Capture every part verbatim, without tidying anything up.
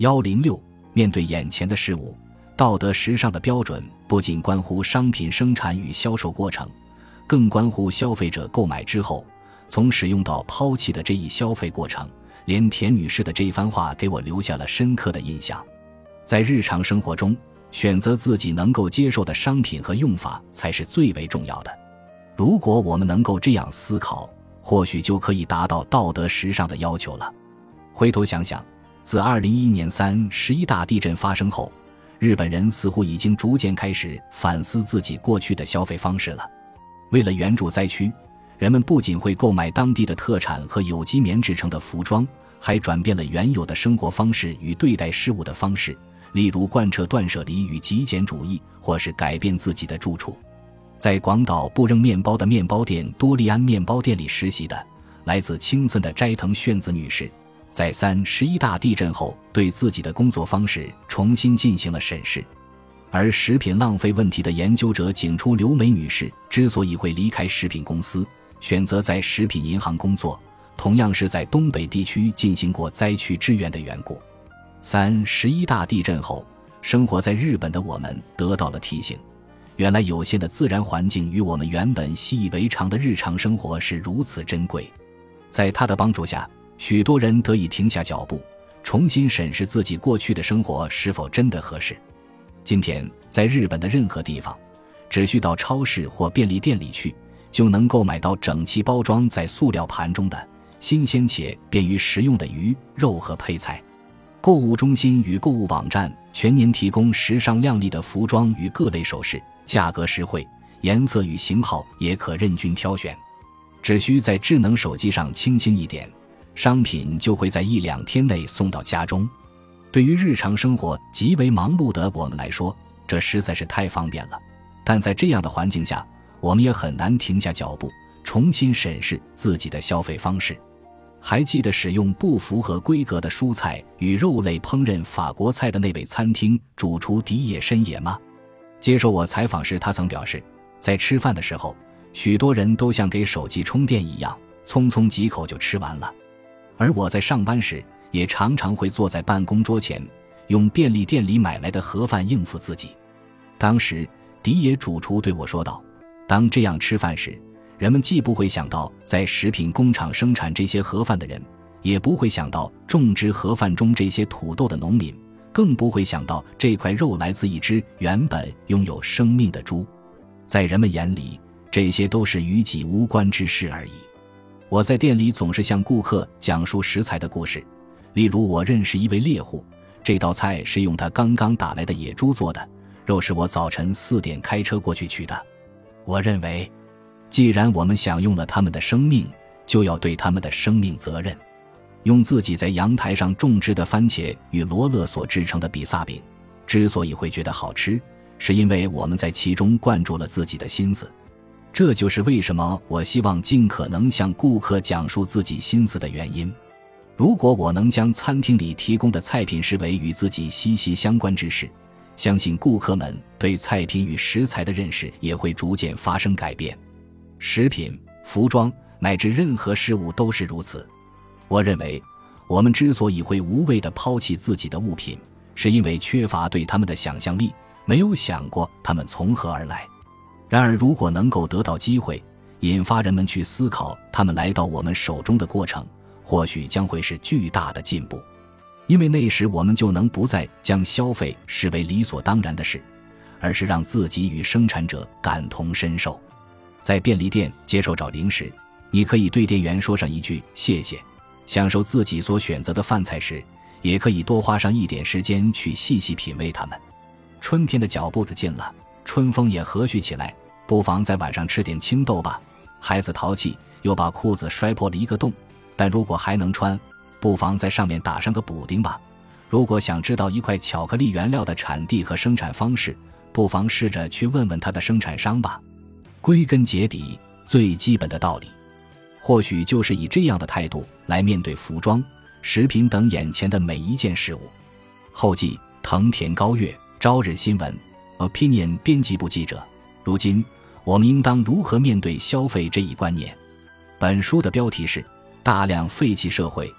一零六面对眼前的事物，道德时尚的标准不仅关乎商品生产与销售过程，更关乎消费者购买之后从使用到抛弃的这一消费过程。连田女士的这番话给我留下了深刻的印象。在日常生活中，选择自己能够接受的商品和用法才是最为重要的。如果我们能够这样思考，或许就可以达到道德时尚的要求了。回头想想，自二零一一年三十一大地震发生后，日本人似乎已经逐渐开始反思自己过去的消费方式了。为了援助灾区，人们不仅会购买当地的特产和有机棉制成的服装，还转变了原有的生活方式与对待事物的方式，例如贯彻断舍离与极简主义，或是改变自己的住处。在广岛不扔面包的面包店多利安面包店里实习的来自青森的斋藤炫子女士，在三十一大地震后对自己的工作方式重新进行了审视。而食品浪费问题的研究者景出留美女士之所以会离开食品公司，选择在食品银行工作，同样是在东北地区进行过灾区支援的缘故。三十一大地震后，生活在日本的我们得到了提醒，原来有限的自然环境与我们原本习以为常的日常生活是如此珍贵。在他的帮助下，许多人得以停下脚步，重新审视自己过去的生活是否真的合适。今天在日本的任何地方，只需到超市或便利店里去，就能购买到整齐包装在塑料盘中的新鲜且便于食用的鱼、肉和配菜。购物中心与购物网站全年提供时尚亮丽的服装与各类首饰，价格实惠，颜色与型号也可任君挑选。只需在智能手机上轻轻一点，商品就会在一两天内送到家中。对于日常生活极为忙碌的我们来说，这实在是太方便了。但在这样的环境下，我们也很难停下脚步，重新审视自己的消费方式。还记得使用不符合规格的蔬菜与肉类烹饪法国菜的那位餐厅主厨迪野深野吗？接受我采访时，他曾表示，在吃饭的时候，许多人都像给手机充电一样，匆匆几口就吃完了。而我在上班时，也常常会坐在办公桌前，用便利店里买来的盒饭应付自己。当时迪野主厨对我说道，当这样吃饭时，人们既不会想到在食品工厂生产这些盒饭的人，也不会想到种植盒饭中这些土豆的农民，更不会想到这块肉来自一只原本拥有生命的猪。在人们眼里，这些都是与己无关之事而已。我在店里总是向顾客讲述食材的故事，例如我认识一位猎户，这道菜是用他刚刚打来的野猪做的，肉是我早晨四点开车过去取的。我认为，既然我们享用了他们的生命，就要对他们的生命责任。用自己在阳台上种植的番茄与罗勒所制成的比萨饼，之所以会觉得好吃，是因为我们在其中灌注了自己的心思。这就是为什么我希望尽可能向顾客讲述自己心思的原因。如果我能将餐厅里提供的菜品视为与自己息息相关之事，相信顾客们对菜品与食材的认识也会逐渐发生改变。食品、服装乃至任何事物都是如此。我认为，我们之所以会无谓地抛弃自己的物品，是因为缺乏对他们的想象力，没有想过他们从何而来。然而，如果能够得到机会，引发人们去思考他们来到我们手中的过程，或许将会是巨大的进步。因为那时我们就能不再将消费视为理所当然的事，而是让自己与生产者感同身受。在便利店接受找零食，你可以对店员说上一句谢谢，享受自己所选择的饭菜时，也可以多花上一点时间去细细品味它们。春天的脚步子近了，春风也和煦起来，不妨在晚上吃点青豆吧。孩子淘气，又把裤子摔破了一个洞，但如果还能穿，不妨在上面打上个补丁吧。如果想知道一块巧克力原料的产地和生产方式，不妨试着去问问它的生产商吧。归根结底，最基本的道理，或许就是以这样的态度来面对服装、食品等眼前的每一件事物。后记：藤田高月，朝日新闻 Opinion 编辑部记者。如今，我们应当如何面对消费这一观念？本书的标题是大量废弃社会，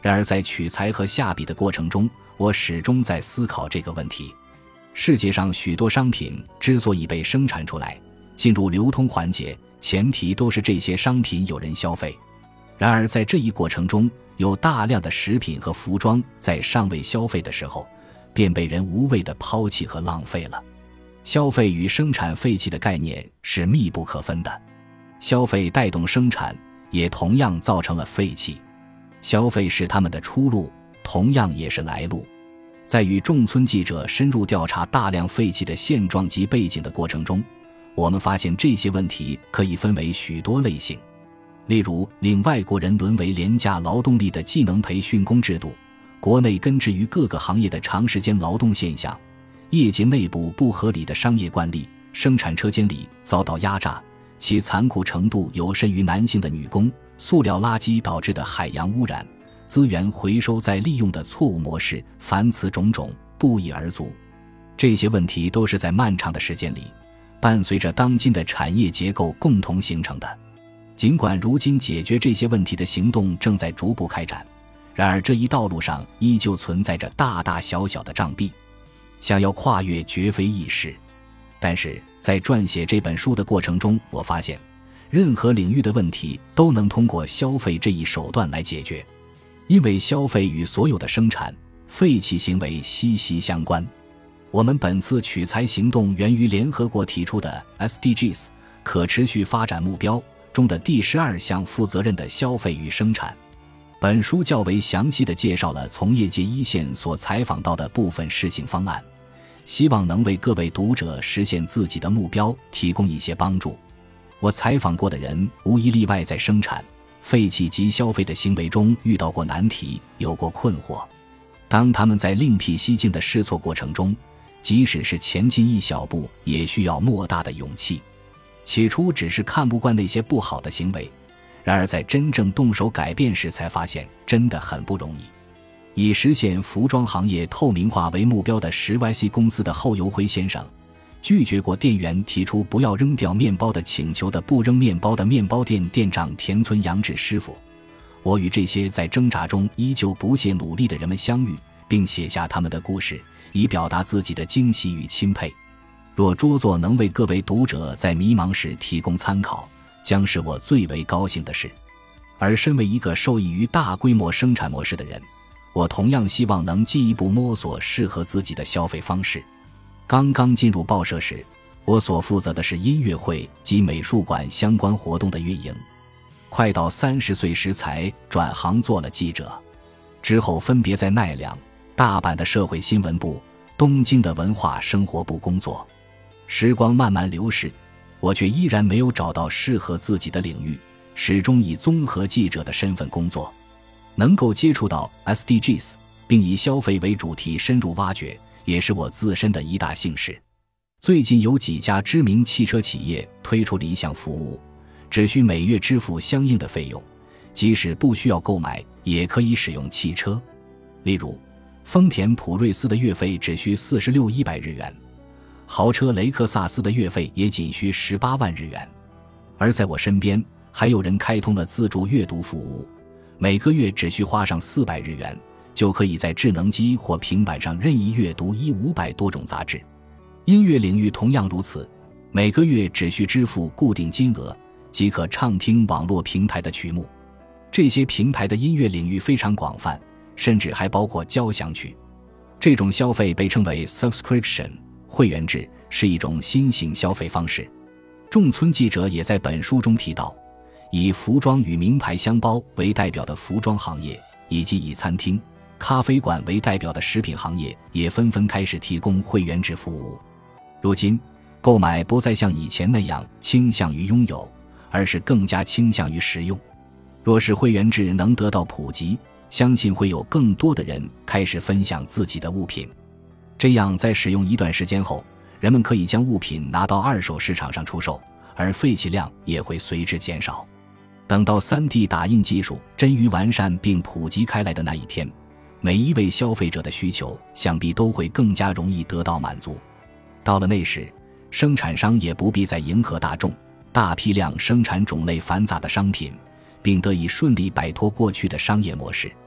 然而在取材和下笔的过程中，我始终在思考这个问题。世界上许多商品之所以被生产出来，进入流通环节，前提都是这些商品有人消费。然而在这一过程中，有大量的食品和服装在尚未消费的时候，便被人无谓地抛弃和浪费了。消费与生产废弃的概念是密不可分的，消费带动生产，也同样造成了废弃。消费是他们的出路，同样也是来路。在与种村记者深入调查大量废弃的现状及背景的过程中，我们发现这些问题可以分为许多类型。例如，令外国人沦为廉价劳动力的技能培训工制度，国内根植于各个行业的长时间劳动现象，业界内部不合理的商业惯例，生产车间里遭到压榨，其残酷程度有甚于男性的女工，塑料垃圾导致的海洋污染，资源回收再利用的错误模式，凡此种种不一而足。这些问题都是在漫长的时间里，伴随着当今的产业结构共同形成的。尽管如今解决这些问题的行动正在逐步开展，然而这一道路上依旧存在着大大小小的障壁，想要跨越绝非易事。但是在撰写这本书的过程中，我发现任何领域的问题都能通过消费这一手段来解决，因为消费与所有的生产废弃行为息息相关。我们本次取材行动源于联合国提出的 S D Gs 可持续发展目标中的第十二项负责任的消费与生产。本书较为详细地介绍了从业界一线所采访到的部分试行方案，希望能为各位读者实现自己的目标提供一些帮助。我采访过的人无一例外在生产、废弃及消费的行为中遇到过难题，有过困惑。当他们在另辟蹊径的试错过程中，即使是前进一小步，也需要莫大的勇气。起初只是看不惯那些不好的行为，然而在真正动手改变时才发现真的很不容易。以实现服装行业透明化为目标的十 Y C 公司的后游辉先生，拒绝过店员提出不要扔掉面包的请求的不扔面包的面包店店长田村洋治师傅。我与这些在挣扎中依旧不懈努力的人们相遇，并写下他们的故事，以表达自己的惊喜与钦佩。若拙作能为各位读者在迷茫时提供参考，将是我最为高兴的事。而身为一个受益于大规模生产模式的人，我同样希望能进一步摸索适合自己的消费方式。刚刚进入报社时，我所负责的是音乐会及美术馆相关活动的运营。快到三十岁时才转行做了记者，之后分别在奈良、大阪的社会新闻部、东京的文化生活部工作。时光慢慢流逝，我却依然没有找到适合自己的领域，始终以综合记者的身份工作。能够接触到 S D Gs 并以消费为主题深入挖掘，也是我自身的一大幸事。最近有几家知名汽车企业推出了一项服务，只需每月支付相应的费用，即使不需要购买也可以使用汽车。例如丰田普锐斯的月费只需四十六一百日元，豪车雷克萨斯的月费也仅需十八万日元。而在我身边还有人开通了自助阅读服务，每个月只需花上四百日元，就可以在智能机或平板上任意阅读一五百多种杂志。音乐领域同样如此，每个月只需支付固定金额，即可畅听网络平台的曲目。这些平台的音乐领域非常广泛，甚至还包括交响曲。这种消费被称为 subscription 会员制，是一种新型消费方式。仲村记者也在本书中提到，以服装与名牌箱包为代表的服装行业，以及以餐厅、咖啡馆为代表的食品行业也纷纷开始提供会员制服务。如今购买不再像以前那样倾向于拥有，而是更加倾向于实用。若是会员制能得到普及，相信会有更多的人开始分享自己的物品。这样在使用一段时间后，人们可以将物品拿到二手市场上出售，而废弃量也会随之减少。等到 三 D 打印技术臻于完善并普及开来的那一天，每一位消费者的需求想必都会更加容易得到满足。到了那时，生产商也不必再迎合大众，大批量生产种类繁杂的商品，并得以顺利摆脱过去的商业模式。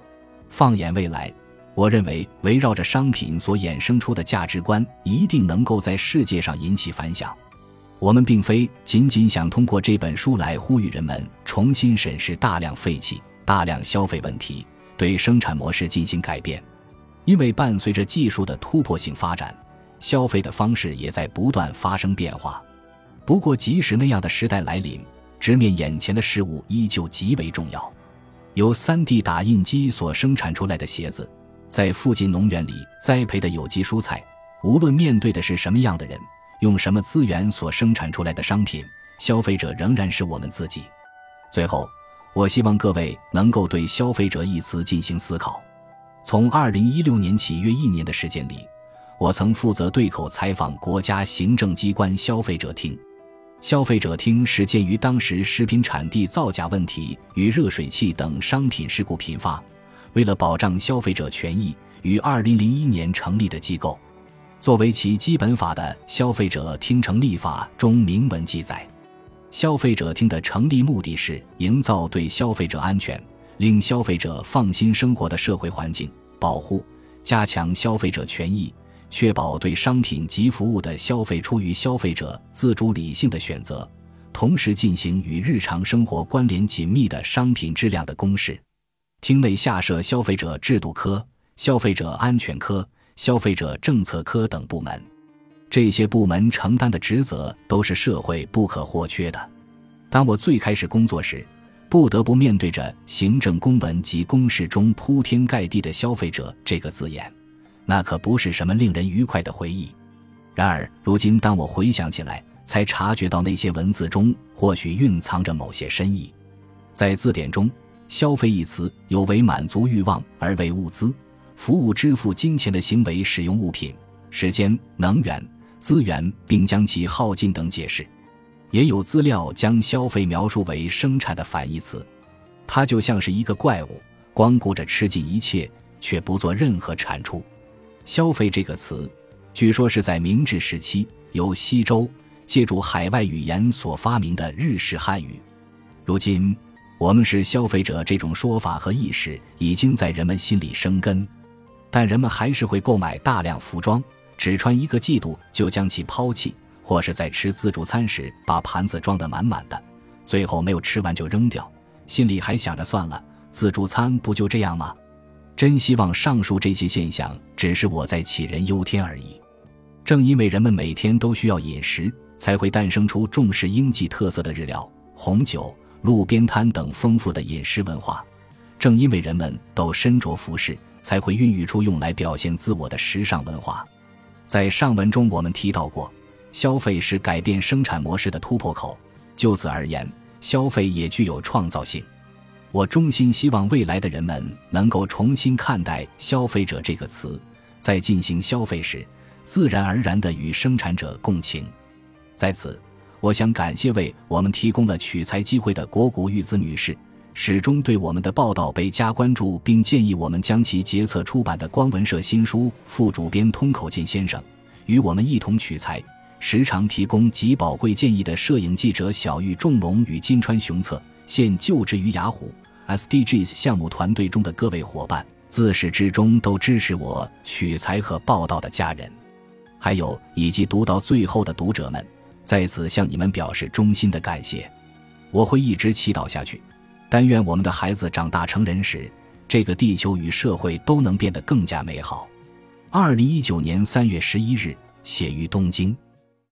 放眼未来，我认为围绕着商品所衍生出的价值观一定能够在世界上引起反响。我们并非仅仅想通过这本书来呼吁人们重新审视大量废弃、大量消费问题，对生产模式进行改变。因为伴随着技术的突破性发展，消费的方式也在不断发生变化。不过即使那样的时代来临，直面眼前的事物依旧极为重要。由 三 D 打印机所生产出来的鞋子，在附近农园里栽培的有机蔬菜，无论面对的是什么样的人，用什么资源所生产出来的商品，消费者仍然是我们自己。最后，我希望各位能够对消费者一词进行思考。从二零一六年起约一年的时间里，我曾负责对口采访国家行政机关消费者厅。消费者厅是鉴于当时食品产地造假问题与热水器等商品事故频发，为了保障消费者权益，于二零零一年成立的机构。作为其基本法的消费者厅成立法中明文记载，消费者厅的成立目的是营造对消费者安全、令消费者放心生活的社会环境，保护、加强消费者权益，确保对商品及服务的消费出于消费者自主理性的选择，同时进行与日常生活关联紧密的商品质量的公示。厅内下设消费者制度科、消费者安全科、消费者政策科等部门，这些部门承担的职责都是社会不可或缺的。当我最开始工作时，不得不面对着行政公文及公示中铺天盖地的消费者这个字眼，那可不是什么令人愉快的回忆。然而如今当我回想起来，才察觉到那些文字中或许蕴藏着某些深意。在字典中，消费一词有为满足欲望而为物资、服务支付金钱的行为使用物品、时间、能源、资源并将其耗尽等解释。也有资料将消费描述为生产的反义词，它就像是一个怪物，光顾着吃尽一切，却不做任何产出。消费这个词，据说是在明治时期由西周借助海外语言所发明的日式汉语。如今我们是消费者这种说法和意识已经在人们心里生根，但人们还是会购买大量服装，只穿一个季度就将其抛弃，或是在吃自助餐时把盘子装得满满的，最后没有吃完就扔掉，心里还想着算了，自助餐不就这样吗？真希望上述这些现象只是我在杞人忧天而已。正因为人们每天都需要饮食，才会诞生出重视应季特色的日料、红酒、路边摊等丰富的饮食文化。正因为人们都身着服饰，才会孕育出用来表现自我的时尚文化。在上文中我们提到过，消费是改变生产模式的突破口，就此而言，消费也具有创造性。我衷心希望未来的人们能够重新看待消费者这个词，在进行消费时自然而然地与生产者共情。在此，我想感谢为我们提供了取材机会的国谷玉子女士，始终对我们的报道倍加关注，并建议我们将其结册出版的光文社新书副主编通口健先生，与我们一同取材，时常提供极宝贵建议的摄影记者小玉仲龙与金川雄策，现就职于雅虎 S D Gs 项目团队中的各位伙伴，自始至终都支持我取材和报道的家人，还有以及读到最后的读者们，在此向你们表示衷心的感谢。我会一直祈祷下去，但愿我们的孩子长大成人时，这个地球与社会都能变得更加美好。二零一九年三月十一日，写于东京。